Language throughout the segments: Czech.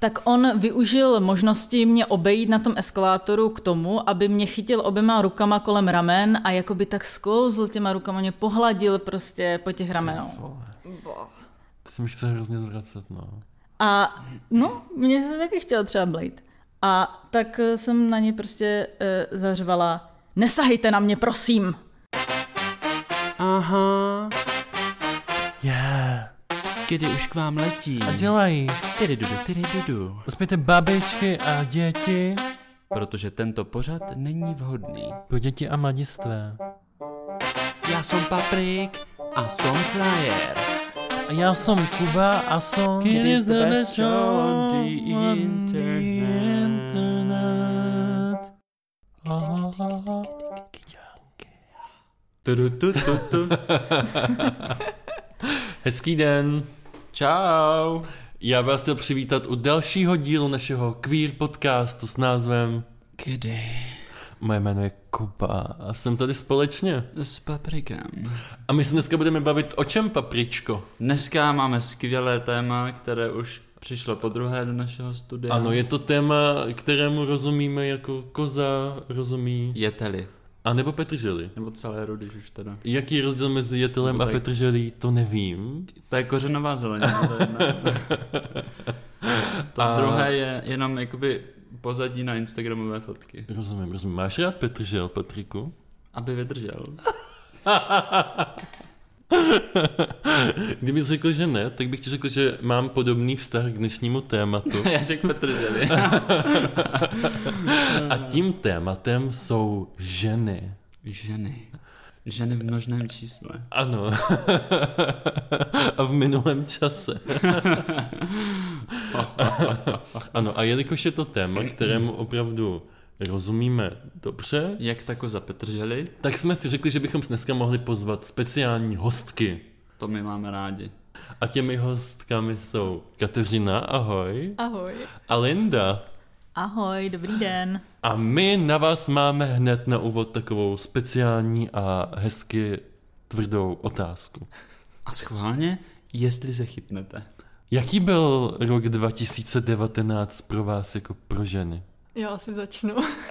tak on využil možnosti mě obejít na tom eskalátoru k tomu, aby mě chytil oběma rukama kolem ramen a jakoby tak sklouzl těma rukama, mě pohladil prostě po těch ramenou. To se mi chce hrozně zvracet, no. A no, mě se taky chtěl třeba blejt. A tak jsem na něj prostě zařvala, nesahejte na mě, prosím. Aha. Yeah. Kdy už k vám letí. A dělají. Tyry-dudu. Uspějte babičky a děti. Protože tento pořad není vhodný. Pro děti a mladistvé. Já jsem Paprik a jsem Flyer. A já jsem Kuba a jsem... It is the best show on the internet. Hezký den. Čau. Já vás chtěl přivítat u dalšího dílu našeho queer podcastu s názvem Kdy? Moje jméno je Kuba a jsem tady společně. S Paprikem. A my se dneska budeme bavit o čem, Papričko? Dneska máme skvělé téma, které už přišlo podruhé do našeho studia. Ano, je to téma, kterému rozumíme jako koza rozumí... Jeteli. A nebo petrželi. Nebo celé rudy už teda. Jaký je rozdíl mezi jetelem a petrželí, to nevím. To je kořenová zelenina. To druhé je jenom jakoby pozadí na instagramové fotky. Rozumím. Máš rád petržel, Patriku? Aby vydržel. Kdybych řekl, že ne, tak bych ti řekl, že mám podobný vztah k dnešnímu tématu. Já řekl petrželi. A tím tématem jsou ženy. Ženy v množném čísle. Ano. A v minulém čase. Ano, a jelikož je to téma, kterému opravdu rozumíme dobře, Jak tako za petrželi, tak jsme si řekli, že bychom dneska mohli pozvat speciální hostky. to my máme rádi. A těmi hostkami jsou Kateřina, ahoj. Ahoj. A Linda. Ahoj, dobrý den. A my na vás máme hned na úvod takovou speciální a hezky tvrdou otázku. A schválně, jestli se chytnete. Jaký byl rok 2019 pro vás jako pro ženy? Já asi začnu.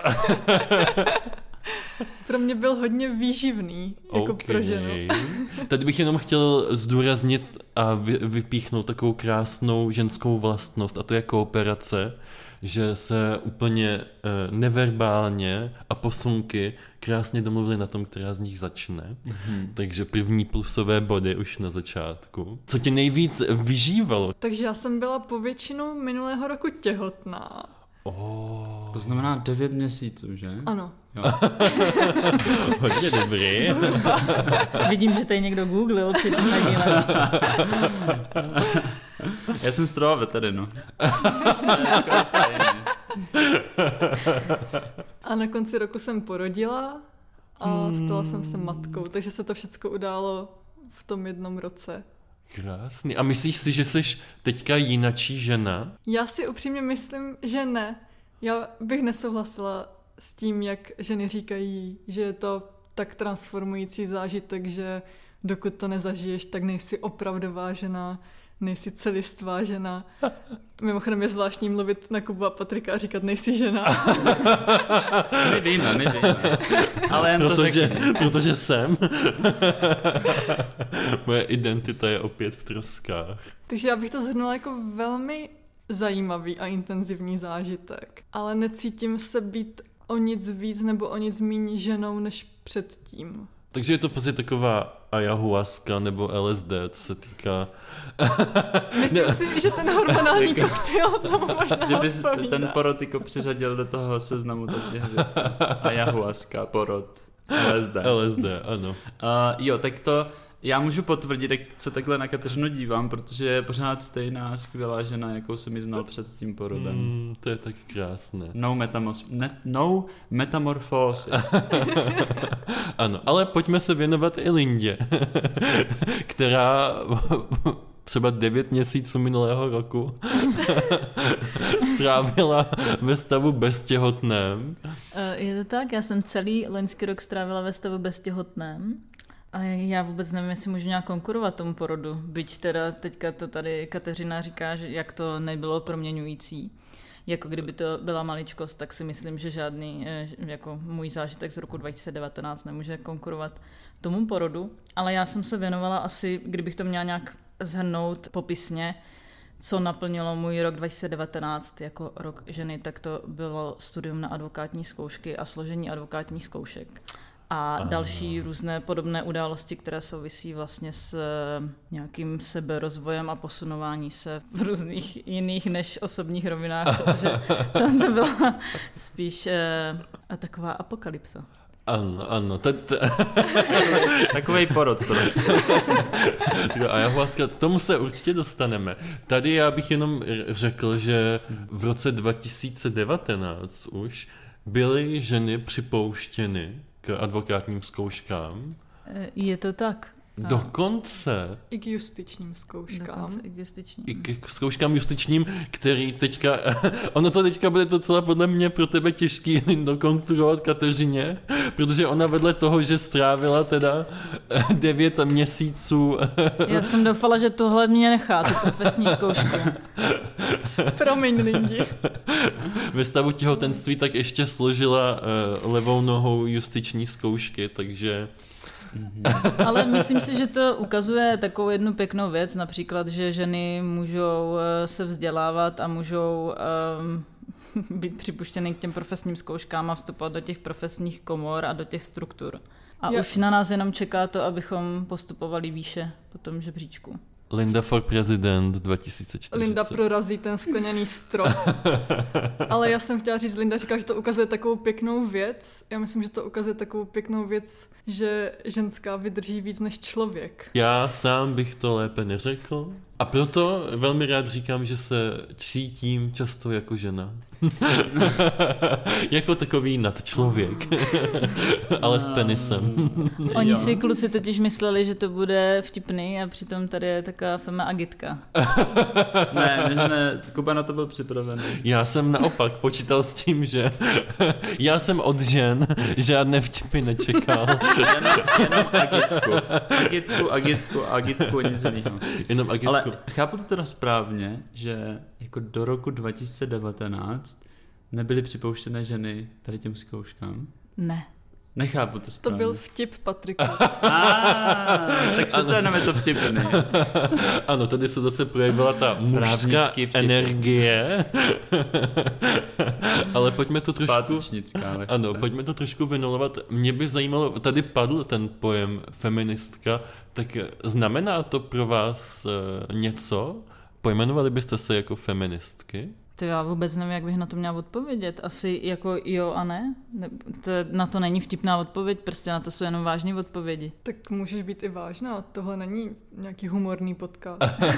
Pro mě byl hodně výživný, jako pro ženu. Tady bych jenom chtěl zdůraznit a vypíchnout takovou krásnou ženskou vlastnost, a to je kooperace, že se úplně neverbálně a posunky krásně domluvili na tom, která z nich začne. Takže první plusové body už na začátku. Co tě nejvíc vyžívalo? Takže já jsem byla po většinu minulého roku těhotná. To znamená 9 měsíců, že? Ano. Jo. Hodně dobrý. Vidím, že tady někdo googlil před tím dílem. Já jsem studoval veterinu. A na konci roku jsem porodila a stala jsem se matkou, takže se to všechno událo v tom jednom roce. Krásný. A myslíš si, že jsi teďka jinačí žena? Já si upřímně myslím, že ne. Já bych nesouhlasila s tím, jak ženy říkají, že je to tak transformující zážitek, že dokud to nezažiješ, tak nejsi opravdová žena, nejsi celistvá žena. Mimochodem je zvláštní mluvit na Kubu a Patrika a říkat nejsi žena. My víme. Ale jen to řekni. Protože jsem. Moje identita je opět v troskách. Takže já bych to shrnula jako velmi zajímavý a intenzivní zážitek. Ale necítím se být o nic víc nebo o nic méně ženou než předtím. Takže je to prostě taková ayahuasca nebo LSD, co se týká... Myslím si, že ten hormonální koktejl tomu možná Že bys odpovídá. ten porod jako přiřadil do toho seznamu těch věcí. Ayahuasca, porod, LSD. LSD, ano. Jo, tak to já můžu potvrdit, jak se takhle na Kateřinu dívám, protože je pořád stejná skvělá žena, jakou jsem ji znal před tím porodem. To je tak krásné. No metamorphosis. Ano, ale pojďme se věnovat i Lindě, která třeba 9 měsíců minulého roku strávila ve stavu beztěhotném. Je to tak, já jsem celý loňský rok strávila ve stavu beztěhotném. A já vůbec nevím, jestli můžu nějak konkurovat tomu porodu, byť teda teďka to tady Kateřina říká, že jak to nebylo proměňující. Jako kdyby to byla maličkost, tak si myslím, že žádný jako můj zážitek z roku 2019 nemůže konkurovat tomu porodu. Ale já jsem se věnovala asi, kdybych to měla nějak shrnout popisně, co naplnilo můj rok 2019 jako rok ženy, tak to bylo studium na advokátní zkoušky a složení advokátních zkoušek. A další různé podobné události, které souvisí vlastně s nějakým seberozvojem a posunování se v různých jiných než osobních rovinách, protože to byla spíš taková apokalypsa. Ano. Takovej porod trošku. Ayahuasca, k tomu se určitě dostaneme. Tady já bych jenom řekl, že v roce 2019 už byly ženy připouštěny k advokátním zkouškám. Je to tak. Dokonce. I k justičním zkouškám. I k zkouškám justičním, který teďka, ono to teďka bude docela podle mě pro tebe těžký dokontrolovat Kateřině, protože ona vedle toho, že strávila teda 9 měsíců. Já jsem doufala, že tohle mě nechá, tu profesní zkoušku. Promiň, Lindi. Ve stavu těhotenství tak ještě složila levou nohou justiční zkoušky, takže... Ale myslím si, že to ukazuje takovou jednu pěknou věc, například, že ženy můžou se vzdělávat a můžou být připuštěny k těm profesním zkouškám a vstupovat do těch profesních komor a do těch struktur. A už na nás jenom čeká to, abychom postupovali výše po tom žebříčku. Linda for President 2040. Linda prorazí ten skleněný strop. Ale já jsem chtěla říct, Linda říká, že to ukazuje takovou pěknou věc. Já myslím, že to ukazuje takovou pěknou věc, že ženská vydrží víc než člověk. Já sám bych to lépe neřekl. A proto velmi rád říkám, že se cítím často jako žena. Jako takový nadčlověk. Ale s penisem. Oni si kluci totiž mysleli, že to bude vtipný a přitom tady je taková fema agitka. Ne, Kuba na to byl připravený. Já jsem naopak počítal s tím, že já jsem od žen žádné vtipy nečekal. Jenom agitku, nic jiného. Jenom agitku. Ale chápu to teda správně, že jako do roku 2019 nebyly připouštěné ženy tady těm zkouškám? Ne. Nechápu to správně. To byl vtip, Patriku. Tak přece jenom je to vtipný. Ano, tady se zase projevila ta mužská energie. Ale pojďme to trošku... Ano, pojďme to trošku vynulovat. Mě by zajímalo, tady padl ten pojem feministka, tak znamená to pro vás něco? Pojmenovali byste se jako feministky? To já vůbec nevím, jak bych na to měla odpovědět. Asi jako jo a ne? Na to není vtipná odpověď, prostě na to jsou jenom vážné odpovědi. Tak můžeš být i vážná, tohle není nějaký humorný podcast.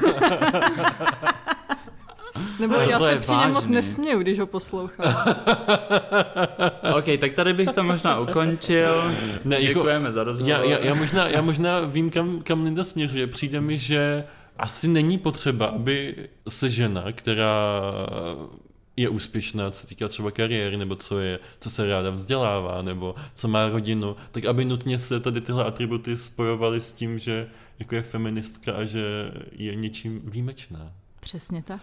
Nebo já se při něm moc nesměju, když ho poslouchám. OK, tak tady bych to možná ukončil. Děkujeme za rozhovor. Já možná vím, kam Linda směřuje. Přijde mi, že asi není potřeba, aby se žena, která je úspěšná, co se týká třeba kariéry, nebo co se ráda vzdělává, nebo co má rodinu, tak aby nutně se tady tyhle atributy spojovaly s tím, že jako je feministka a že je něčím výjimečná. Přesně tak.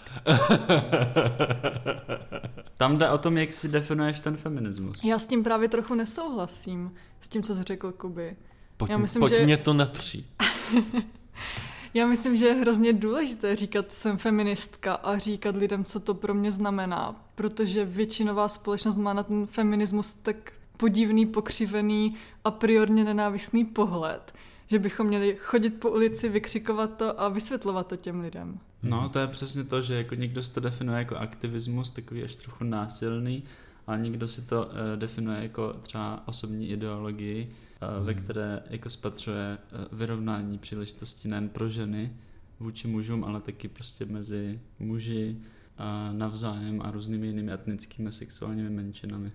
Tam jde o tom, jak si definuješ ten feminismus. Já s tím právě trochu nesouhlasím, s tím, co jsi řekl, Kuby. Pojď mě to natřít. Já myslím, že je hrozně důležité říkat, jsem feministka a říkat lidem, co to pro mě znamená, protože většinová společnost má na ten feminismus tak podivný, pokřivený a priorně nenávistný pohled, že bychom měli chodit po ulici, vykřikovat to a vysvětlovat to těm lidem. No, to je přesně to, že jako někdo si to definuje jako aktivismus, takový až trochu násilný, a někdo si to definuje jako třeba osobní ideologii, ve které jako spatřuje vyrovnání příležitostí nejen pro ženy vůči mužům, ale taky prostě mezi muži a navzájem a různými jinými etnickými sexuálními menšinami.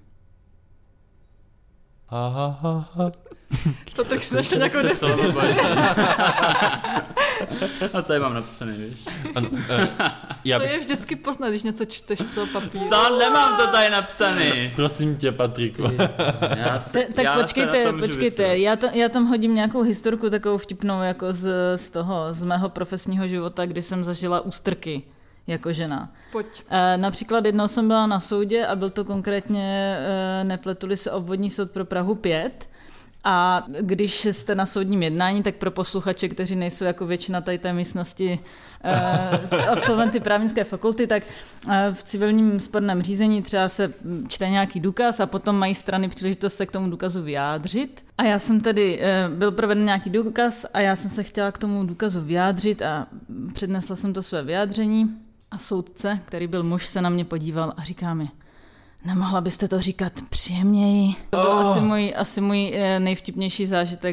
To tak si našli nějakou definici. A tady mám napsaný, víš? Ano, To je vždycky poznat, když něco čteš z toho papíru. Co? Nemám to tady napsaný. Prosím tě, Patriku. Tak počkejte, já tam hodím nějakou historku takovou vtipnou jako z mého profesního života, kdy jsem zažila ústrky jako žena. Pojď. Například jednou jsem byla na soudě a byl to konkrétně, nepletuli se, obvodní soud pro Prahu 5. A když jste na soudním jednání, tak pro posluchače, kteří nejsou jako většina tady té místnosti absolventy právnické fakulty, tak v civilním sporném řízení třeba se čte nějaký důkaz a potom mají strany příležitost se k tomu důkazu vyjádřit. A já jsem tady, byl proveden nějaký důkaz a já jsem se chtěla k tomu důkazu vyjádřit a přednesla jsem to své vyjádření a soudce, který byl muž, se na mě podíval a říká mi: nemohla byste to říkat příjemněji? To byl asi můj nejvtipnější zážitek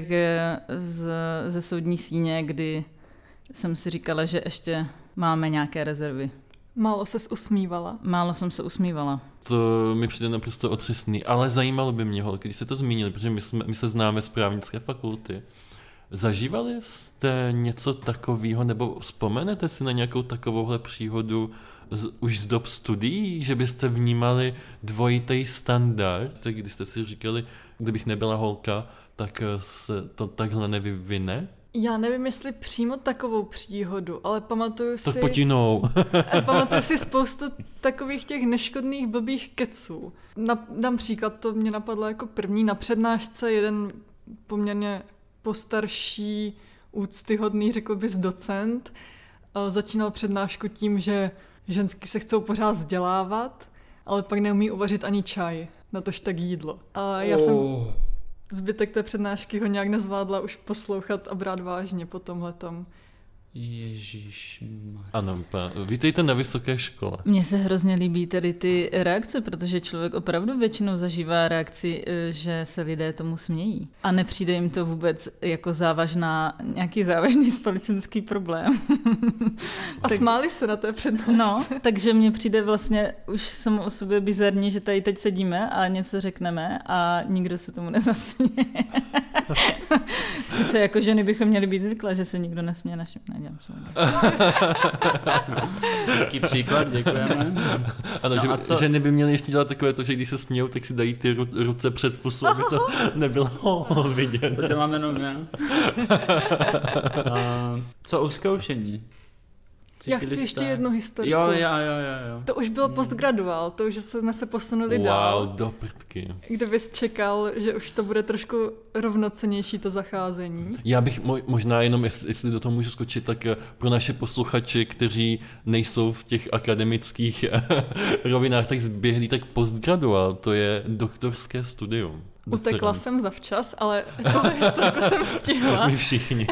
ze soudní síně, kdy jsem si říkala, že ještě máme nějaké rezervy. Málo ses usmívala? Málo jsem se usmívala. To mi přijde naprosto otřesný, ale zajímalo by mě, holky, když jste to zmínili, protože my se známe z právnické fakulty. Zažívali jste něco takového, nebo vzpomenete si na nějakou takovouhle příhodu už z dob studií, že byste vnímali dvojitý standard, když jste si říkali, kdybych nebyla holka, tak se to takhle nevyvine? Já nevím, jestli přímo takovou příhodu, ale pamatuju si... Tak potinou. Pamatuju si spoustu takových těch neškodných blbých keců. Dám příklad, to mě napadlo jako první na přednášce, jeden poměrně postarší, úctyhodný, řekl bys, docent. Začínal přednášku tím, že ženský se chcou pořád vzdělávat, ale pak neumí uvařit ani čaj, natož tak jídlo. A já jsem zbytek té přednášky ho nějak nezvládla už poslouchat a brát vážně po tomhletom. Ježišmarja. Ano, vítejte na vysoké škole. Mně se hrozně líbí tady ty reakce, protože člověk opravdu většinou zažívá reakci, že se lidé tomu smějí. A nepřijde jim to vůbec jako nějaký závažný společenský problém. A smáli se na té přednášce. No, takže mně přijde vlastně už samo o sobě bizarní, že tady teď sedíme a něco řekneme a nikdo se tomu nezasměje. Sice jako ženy bychom měli být zvyklé, že se nikdo nesměje našim. Hezký příklad, děkujeme. Ano, no ženy by měly ještě dělat takové to, že když se smějou, tak si dají ty ruce před pusu, aby to nebylo vidět. To mám jenom já. Co u zkoušení? Já chci ještě jednu historiku. Jo. To už bylo postgraduál, to už jsme se posunuli dál. Wow, do prdky. Kdybys čekal, že už to bude trošku rovnocennější to zacházení. Já bych možná jenom, jestli do toho můžu skočit, tak pro naše posluchači, kteří nejsou v těch akademických rovinách tak zběhlí, tak postgraduál, to je doktorské studium. Utekla jsem zavčas, ale tohle historiku jsem stihla. My všichni.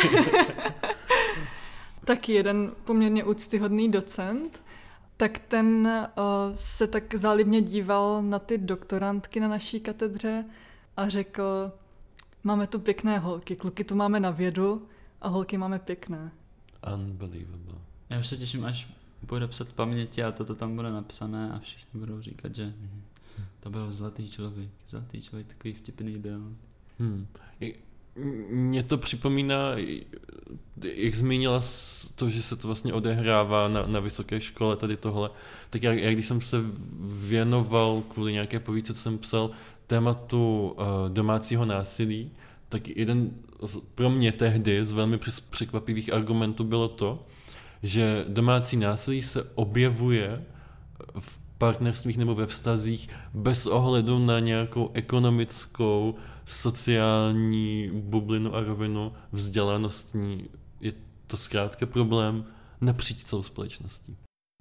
Taky jeden poměrně úctyhodný docent, tak ten se tak zálibně díval na ty doktorantky na naší katedře a řekl: máme tu pěkné holky, kluky tu máme na vědu a holky máme pěkné. Unbelievable. Já už se těším, až bude psat paměti a toto tam bude napsané a všichni budou říkat, že to byl zlatý člověk, takový vtipný byl. Mně to připomíná, jak zmínila to, že se to vlastně odehrává na vysoké škole, tady tohle, tak já když jsem se věnoval kvůli nějaké povídce, co jsem psal, tématu domácího násilí, tak jeden pro mě tehdy z velmi překvapivých argumentů bylo to, že domácí násilí se objevuje v partnerstvích nebo ve vztazích bez ohledu na nějakou ekonomickou, sociální bublinu a rovinu vzdělanostní. Je to zkrátka problém napříč celou společností.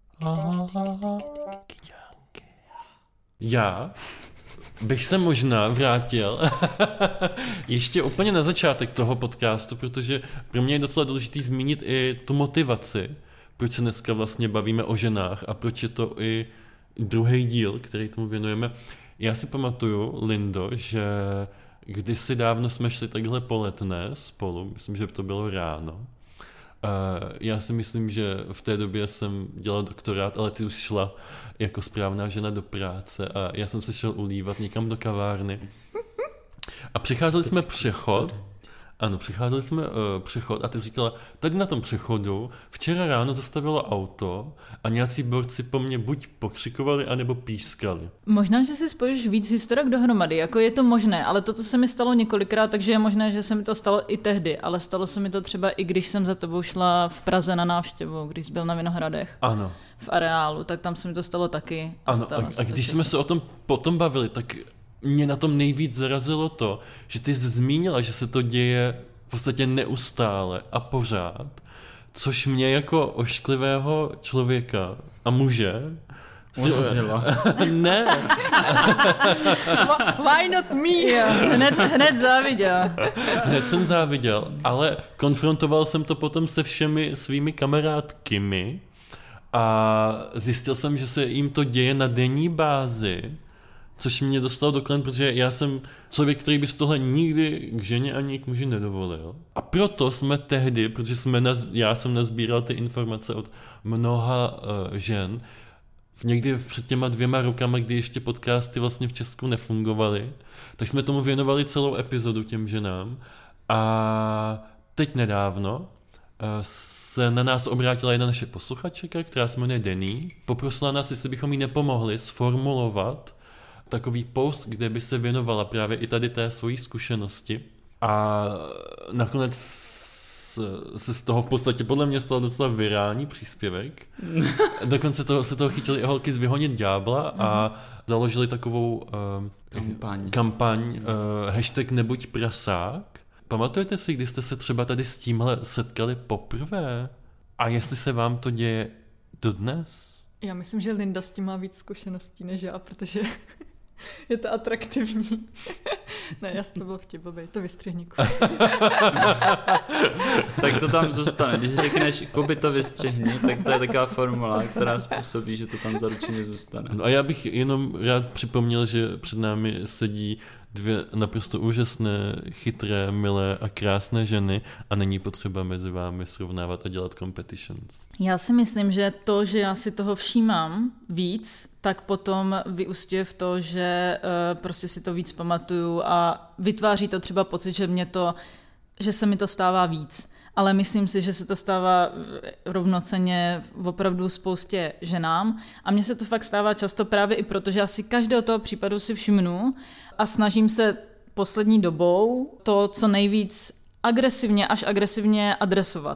Já bych se možná vrátil ještě úplně na začátek toho podcastu, protože pro mě je docela důležité zmínit i tu motivaci, proč se dneska vlastně bavíme o ženách a proč je to i druhý díl, který tomu věnujeme. Já si pamatuju, Lindo, že kdysi dávno jsme šli takhle po Letné spolu, myslím, že to bylo ráno. Já si myslím, že v té době jsem dělal doktorát, ale ty už šla jako správná žena do práce a já jsem se šel ulívat někam do kavárny. A přecházeli jsme přechod Ano, přicházeli jsme přechod a ty říkala, tady na tom přechodu včera ráno zastavilo auto a nějací borci po mně buď pokřikovali, anebo pískali. Možná, že si spojíš víc historek dohromady, jako je to možné, ale to se mi stalo několikrát, takže je možné, že se mi to stalo i tehdy, ale stalo se mi to třeba i když jsem za tebou šla v Praze na návštěvu, když jsi byl na Vinohradech. Ano. V areálu, tak tam se mi to stalo taky. Ano, a když jsme se o tom potom bavili, tak mě na tom nejvíc zarazilo to, že ty jsi zmínila, že se to děje v podstatě neustále a pořád, což mě jako ošklivého člověka a muže urazilo. Ne. Why not me? Hned záviděl. Hned jsem záviděl, ale konfrontoval jsem to potom se všemi svými kamarádkymi a zjistil jsem, že se jim to děje na denní bázi, což mě dostalo do klen, protože já jsem člověk, který by z tohle nikdy k ženě ani k muži nedovolil. A proto jsme tehdy, protože já jsem nazbíral ty informace od mnoha žen, někdy před těma 2 rokama, kdy ještě podcasty vlastně v Česku nefungovaly, tak jsme tomu věnovali celou epizodu těm ženám. A teď nedávno se na nás obrátila jedna naše posluchačka, která se jmenuje Denny. Poprosila nás, jestli bychom jí nepomohli sformulovat takový post, kde by se věnovala právě i tady té svojí zkušenosti. A nakonec se z toho v podstatě podle mě stal docela virální příspěvek. Dokonce se toho chytili i holky z Vyhonit ďábla a založili takovou kampaň hashtag Nebuď prasák. Pamatujete si, kdy jste se třeba tady s tímhle setkali poprvé? A jestli se vám to děje dodnes? Já myslím, že Linda s tím má víc zkušeností než já, protože je to atraktivní. Ne, jasně, to bylo vtip, blbej, to vystřihni. Tak to tam zůstane. Když řekneš, Kuby, to vystřihni, tak to je taková formula, která způsobí, že to tam zaručeně zůstane. No a já bych jenom rád připomněl, že před námi sedí 2 naprosto úžasné, chytré, milé a krásné ženy a není potřeba mezi vámi srovnávat a dělat competitions. Já si myslím, že to, že já si toho všímám víc, tak potom vyústěje v to, že prostě si to víc pamatuju a vytváří to třeba pocit, že se mi to stává víc. Ale myslím si, že se to stává rovnocenně opravdu spoustě ženám a mně se to fakt stává často právě i proto, že já si každého toho případu si všimnu a snažím se poslední dobou to co nejvíc agresivně adresovat.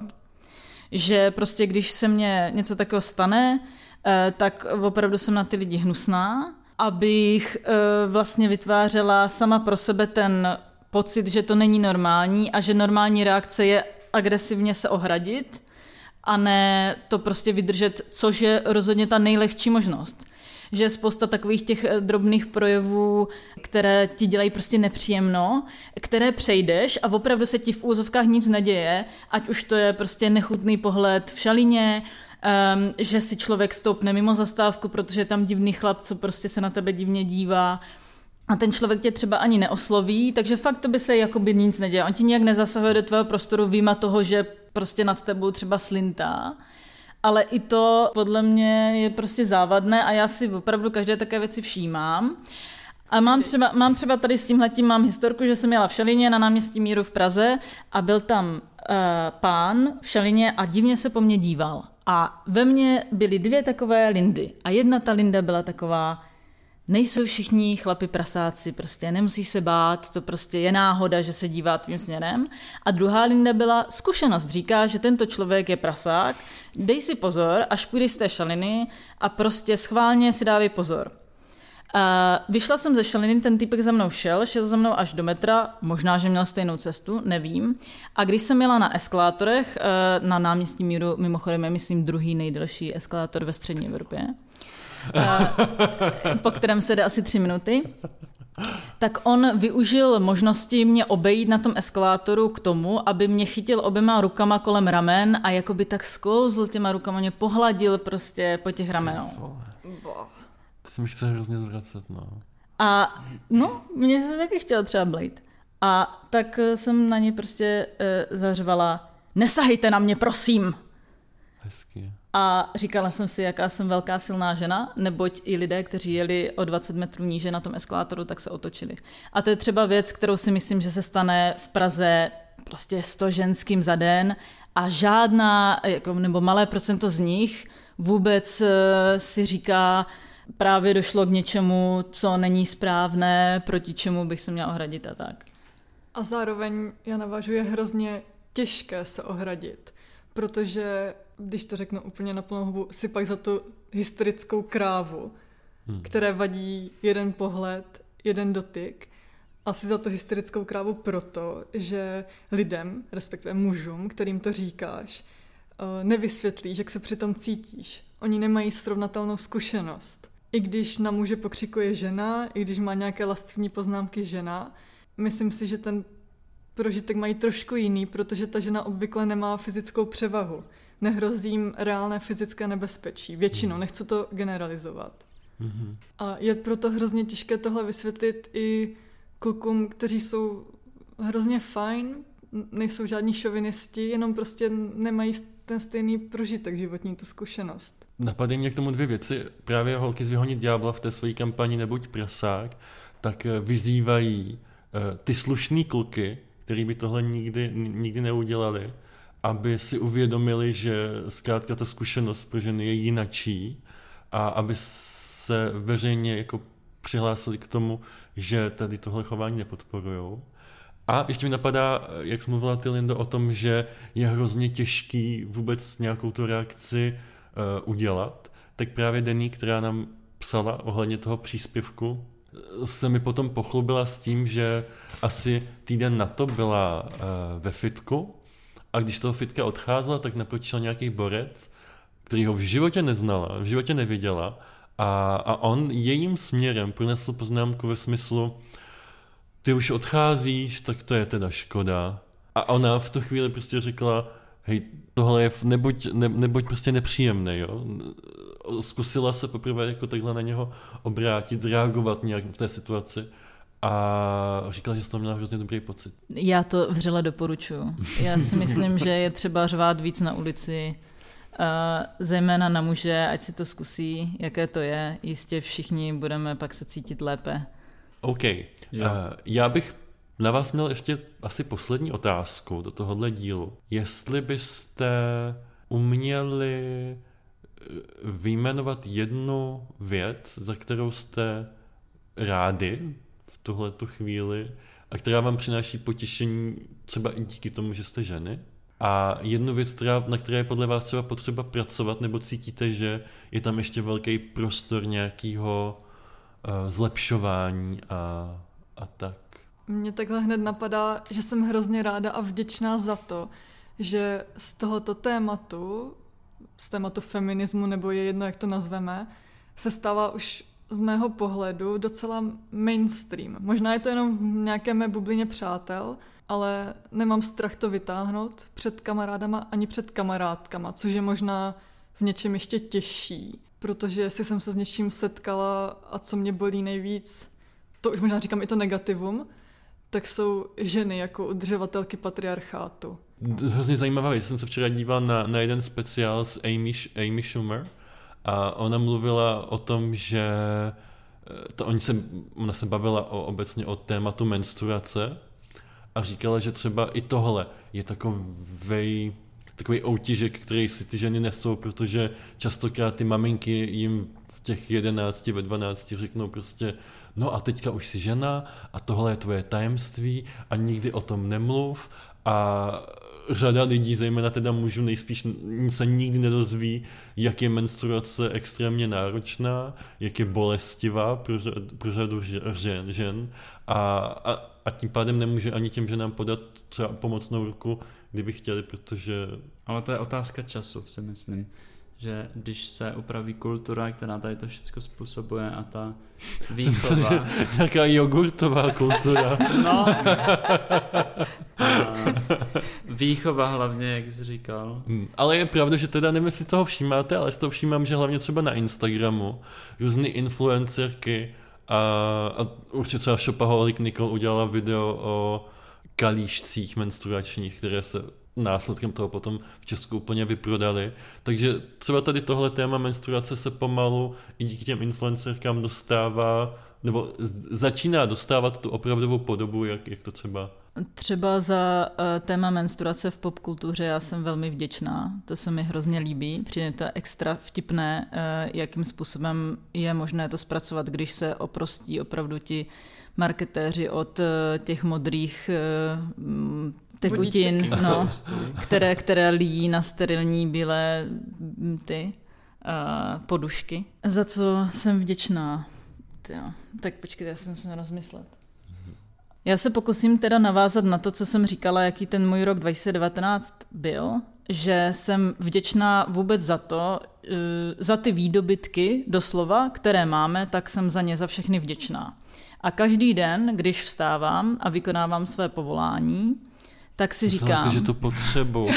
Že prostě když se mně něco takového stane, tak opravdu jsem na ty lidi hnusná, abych vlastně vytvářela sama pro sebe ten pocit, že to není normální a že normální reakce je agresivně se ohradit a ne to prostě vydržet, což je rozhodně ta nejlehčí možnost. Že je spousta takových těch drobných projevů, které ti dělají prostě nepříjemno, které přejdeš a opravdu se ti v úzovkách nic neděje, ať už to je prostě nechutný pohled v šalině, že si člověk stoupne mimo zastávku, protože je tam divný chlap, co prostě se na tebe divně dívá, a ten člověk tě třeba ani neosloví, takže fakt to by se jakoby nic neděje. On ti nijak nezasahuje do tvého prostoru vyjma toho, že prostě nad tebou třeba slintá. Ale i to podle mě je prostě závadné a já si opravdu každé také věci všímám. A mám třeba tady s tímhletím mám historku, že jsem jela v Šalině na náměstí Míru v Praze a byl tam pán v Šalině a divně se po mně díval. A ve mně byly 2 takové Lindy. A jedna ta Linda byla taková: nejsou všichni chlapi prasáci, prostě nemusíš se bát, to prostě je náhoda, že se dívá tvým směrem. A druhá Linda byla: zkušenost říká, že tento člověk je prasák, dej si pozor, až půjdeš z té šaliny a prostě schválně si dávej pozor. Vyšla jsem ze šaliny, ten týpek za mnou šel za mnou až do metra, možná, že měl stejnou cestu, nevím. A když jsem jela na eskalátorech, na náměstí Míru, mimochodem je myslím 2. nejdelší eskalátor ve střední Evropě, po kterém se jde asi 3 minuty, tak on využil možnosti mě obejít na tom eskalátoru k tomu, aby mě chytil oběma rukama kolem ramen a jakoby tak sklouzl těma rukama, mě pohladil prostě po těch ramenou. To se mi chce hrozně zvracet, no. A no, mě se taky chtěl třeba blejt. A tak jsem na něj prostě zařvala: nesahejte na mě, prosím. Hezky. A říkala jsem si, jaká jsem velká silná žena, neboť i lidé, kteří jeli o 20 metrů níže na tom eskalátoru, tak se otočili. A to je třeba věc, kterou si myslím, že se stane v Praze prostě 100 ženským za den a žádná, jako, nebo malé procento z nich vůbec si říká, právě došlo k něčemu, co není správné, proti čemu bych se měla ohradit a tak. A zároveň, já navážu, je hrozně těžké se ohradit, protože, když to řeknu úplně na plnou hubu, si pak za tu hysterickou krávu, které vadí jeden pohled, jeden dotyk, asi za tu hysterickou krávu proto, že lidem, respektive mužům, kterým to říkáš, nevysvětlíš, jak se přitom cítíš. Oni nemají srovnatelnou zkušenost. I když na muže pokřikuje žena, i když má nějaké lascivní poznámky žena, myslím si, že ten prožitek mají trošku jiný, protože ta žena obvykle nemá fyzickou převahu. Nehrozí jim reálné fyzické nebezpečí. Většinou, nechci to generalizovat. Mm-hmm. A je proto hrozně těžké tohle vysvětlit i klukům, kteří jsou hrozně fajn, nejsou žádní šovinisti, jenom prostě nemají ten stejný prožitek životní, tu zkušenost. Napadají mě k tomu 2 věci. Právě Holky z Vyhonit ďábla v té své kampani Nebuď prasák, tak vyzývají ty slušný kluky, který by tohle nikdy neudělali, aby si uvědomili, že zkrátka ta zkušenost pro ženy je jinačí a aby se veřejně jako přihlásili k tomu, že tady tohle chování nepodporujou. A ještě mi napadá, jak jsi mluvila ty, Lindo, o tom, že je hrozně těžký vůbec nějakou tu reakci udělat, tak právě Denny, která nám psala ohledně toho příspěvku, se mi potom pochlubila s tím, že asi týden na to byla ve fitku a když toho fitka odcházela, tak napročil nějaký borec, který ho v životě neznala, v životě neviděla a on jejím směrem pronesl poznámku ve smyslu: ty už odcházíš, tak to je teda škoda. A ona v tu chvíli prostě řekla: hej, tohle je, nebuď prostě nepříjemný, jo. Zkusila se poprvé jako takhle na něho obrátit, reagovat nějak v té situaci a říkala, že z toho měla hrozně dobrý pocit. Já to vřele doporučuji. Já si myslím, že je třeba řvát víc na ulici, zejména na muže, ať si to zkusí, jaké to je. Jistě všichni budeme pak se cítit lépe. OK. Já bych na vás měl ještě asi poslední otázku do tohohle dílu. Jestli byste uměli vyjmenovat jednu věc, za kterou jste rádi v tuhletu chvíli a která vám přináší potěšení třeba i díky tomu, že jste ženy, a jednu věc, na které je podle vás třeba potřeba pracovat, nebo cítíte, že je tam ještě velký prostor nějakého zlepšování a tak. Mně takhle hned napadá, že jsem hrozně ráda a vděčná za to, že z tohoto tématu, z tématu feminismu, nebo je jedno, jak to nazveme, se stává už z mého pohledu docela mainstream. Možná je to jenom v nějaké mé bublině přátel, ale nemám strach to vytáhnout před kamarádama ani před kamarádkama, což je možná v něčem ještě těžší, protože jestli jsem se s něčím setkala a co mě bolí nejvíc, to už možná říkám i to negativum, tak jsou ženy jako udržovatelky patriarchátu. Hrozně zajímavá věc, jsem se včera díval na jeden speciál s Amy Schumer a ona mluvila o tom, že ona se bavila obecně o tématu menstruace a říkala, že třeba i tohle je takový outížek, který si ty ženy nesou, protože častokrát ty maminky jim v těch 11, ve 12 řeknou prostě: no a teďka už jsi žena a tohle je tvoje tajemství a nikdy o tom nemluv. A řada lidí, zejména teda mužů, nejspíš se nikdy nedozví, jak je menstruace extrémně náročná, jak je bolestivá pro řadu žen a tím pádem nemůže ani těm ženám podat třeba pomocnou ruku, kdyby chtěli, protože... Ale to je otázka času, si myslím. Že když se upraví kultura, která tady to všechno způsobuje a ta výchova... Myslím, že nějaká jogurtová kultura. No. Výchova hlavně, jak jsi říkal. Ale je pravda, že teda nevím, jestli toho všímáte, ale si to všímám, že hlavně třeba na Instagramu různý influencerky a určitě třeba Shopaholic Nicole udělala video o kalíšcích menstruačních, které se následkem toho potom v Česku úplně vyprodali. Takže třeba tady tohle téma menstruace se pomalu i díky těm influencerkám dostává, nebo začíná dostávat tu opravdovou podobu, jak to třeba Třeba za téma menstruace v popkultuře já jsem velmi vděčná, to se mi hrozně líbí, přijde to extra vtipné, jakým způsobem je možné to zpracovat, když se oprostí opravdu ti marketéři od těch modrých tekutin, no, které lijí na sterilní bílé ty podušky. Za co jsem vděčná? Tak počkejte, já jsem se rozmyslet. Já se pokusím teda navázat na to, co jsem říkala, jaký ten můj rok 2019 byl, že jsem vděčná vůbec za to, za ty výdobytky doslova, které máme, tak jsem za ně za všechny vděčná. A každý den, když vstávám a vykonávám své povolání, tak si říkám... že to potřebuji.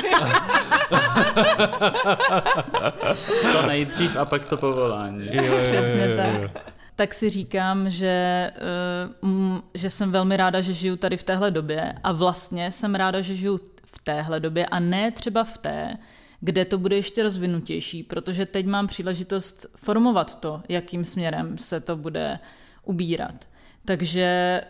To nejdřív a pak to povolání. Přesně tak. Tak si říkám, že jsem velmi ráda, že žiju tady v téhle době a vlastně jsem ráda, že žiju v téhle době a ne třeba v té, kde to bude ještě rozvinutější, protože teď mám příležitost formovat to, jakým směrem se to bude ubírat. Takže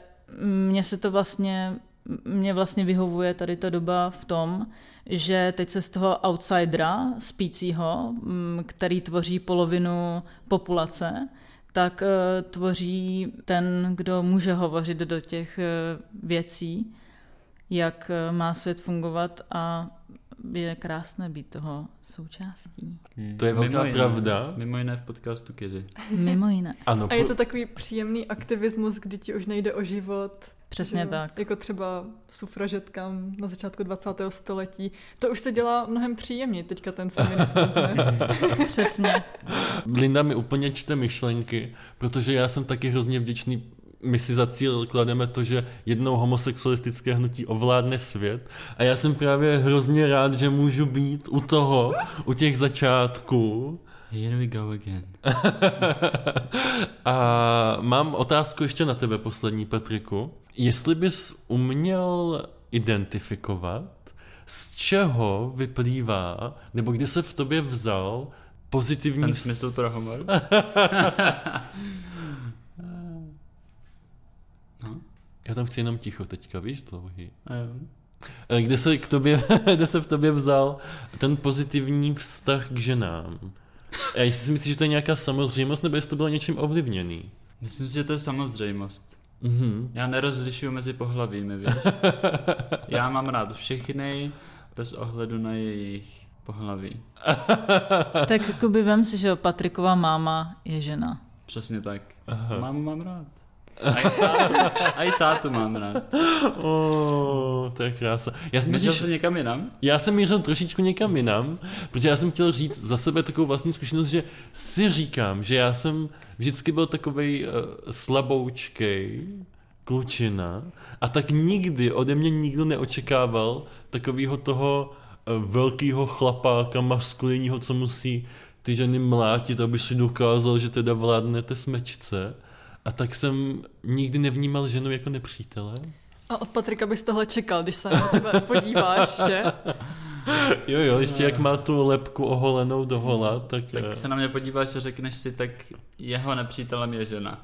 mě vlastně vyhovuje tady ta doba v tom, že teď se z toho outsidera spícího, který tvoří polovinu populace, tak tvoří ten, kdo může hovořit do těch věcí, jak má svět fungovat a je krásné být toho součástí. To je velká pravda. Mimo jiné v podcastu Kedy. Mimo jiné. Ano, a je to takový příjemný aktivismus, kdy ti už nejde o život. Přesně tak. Jako třeba sufražetkám na začátku 20. století. To už se dělá mnohem příjemněji teďka ten feminismus, ne? Přesně. Linda mi úplně čte myšlenky, protože já jsem taky hrozně vděčný. My si za cíl klademe to, že jednou homosexualistické hnutí ovládne svět a já jsem právě hrozně rád, že můžu být u těch začátků. Here we go again. A mám otázku ještě na tebe, poslední, Patriku. Jestli bys uměl identifikovat, z čeho vyplývá, nebo kde se v tobě vzal pozitivní... Ten smysl pro humor? No. Já tam chci jenom ticho teďka, víš, dlouhý. Jo. Kde se v tobě vzal ten pozitivní vztah k ženám? A jestli si myslíš, že to je nějaká samozřejmost, nebo jestli to bylo něčím ovlivněný? Myslím si, že to je samozřejmost. Mm-hmm. Já nerozlišuju mezi pohlavími, víš. Já mám rád všechny, bez ohledu na jejich pohlaví. Tak jakoby vem si, že Patrikova máma je žena. Přesně tak. Aha. Mámu mám rád. A i tátu mám rád. To je krása. Mířil jsi někam jinam? Já jsem mířil trošičku někam jinam, protože já jsem chtěl říct za sebe takovou vlastní zkušenost, že si říkám, že já jsem vždycky byl takovej slaboučkej klučina a tak nikdy ode mě nikdo neočekával takového toho velkého chlapáka maskulinního, co musí ty ženy mlátit, aby si dokázal, že teda vládnete smečce. A tak jsem nikdy nevnímal ženu jako nepřítele. A od Patrika bys tohle čekal, když se na tebe podíváš, že? Jo, ještě jak má tu lebku oholenou dohola, tak se na mě podíváš a řekneš si, tak jeho nepřítelem je žena.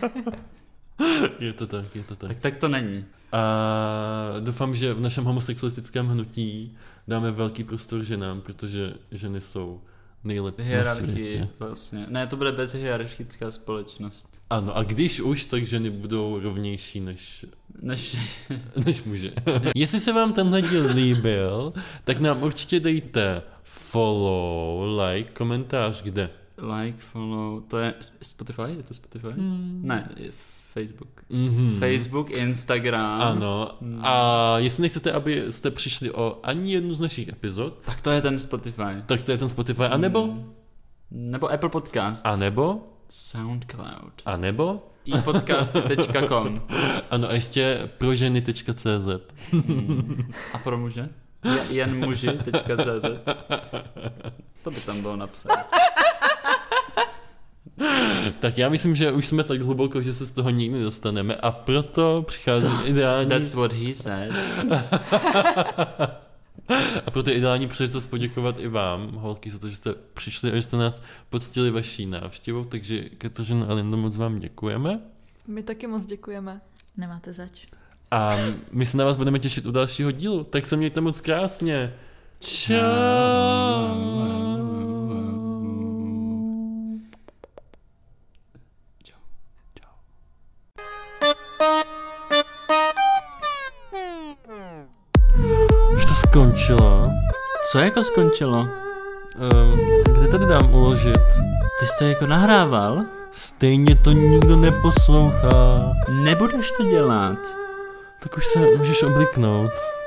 Je to tak. Tak to není. A doufám, že v našem homosexualistickém hnutí dáme velký prostor ženám, protože ženy jsou nejlepší na světě. Vlastně. Ne, to bude bezhierarchická společnost. Ano, a když už, tak ženy budou rovnější než muži. Jestli se vám tenhle díl líbil, tak nám určitě dejte follow, like, komentář, kde? Like, follow, to je Spotify? Je to Spotify? Ne, Facebook. Mm-hmm. Facebook, Instagram. Ano. A jestli nechcete, abyste přišli o ani jednu z našich epizod, tak to je ten Spotify. A nebo? Nebo Apple Podcast. A nebo? SoundCloud. A nebo? iPodcasty.com. Ano, a ještě proženy.cz. A pro muže? Jenmuži.cz. To by tam bylo napsané. Tak já myslím, že už jsme tak hluboko, že se z toho nikdy dostaneme a proto přichází ideální... That's what he said. A proto je ideální příležitost poděkovat i vám, holky, za to, že jste přišli a že jste nás poctili vaší návštěvou, takže Kateřina a Lindo, moc vám děkujeme. My taky moc děkujeme. Nemáte zač. A my se na vás budeme těšit u dalšího dílu. Tak se mějte moc krásně. Čau. Už to skončilo. Co jako skončilo? Kde tady dám uložit? Ty jsi to jako nahrával? Stejně to nikdo neposlouchá. Nebudeš to dělat. Tak už se můžeš obliknout.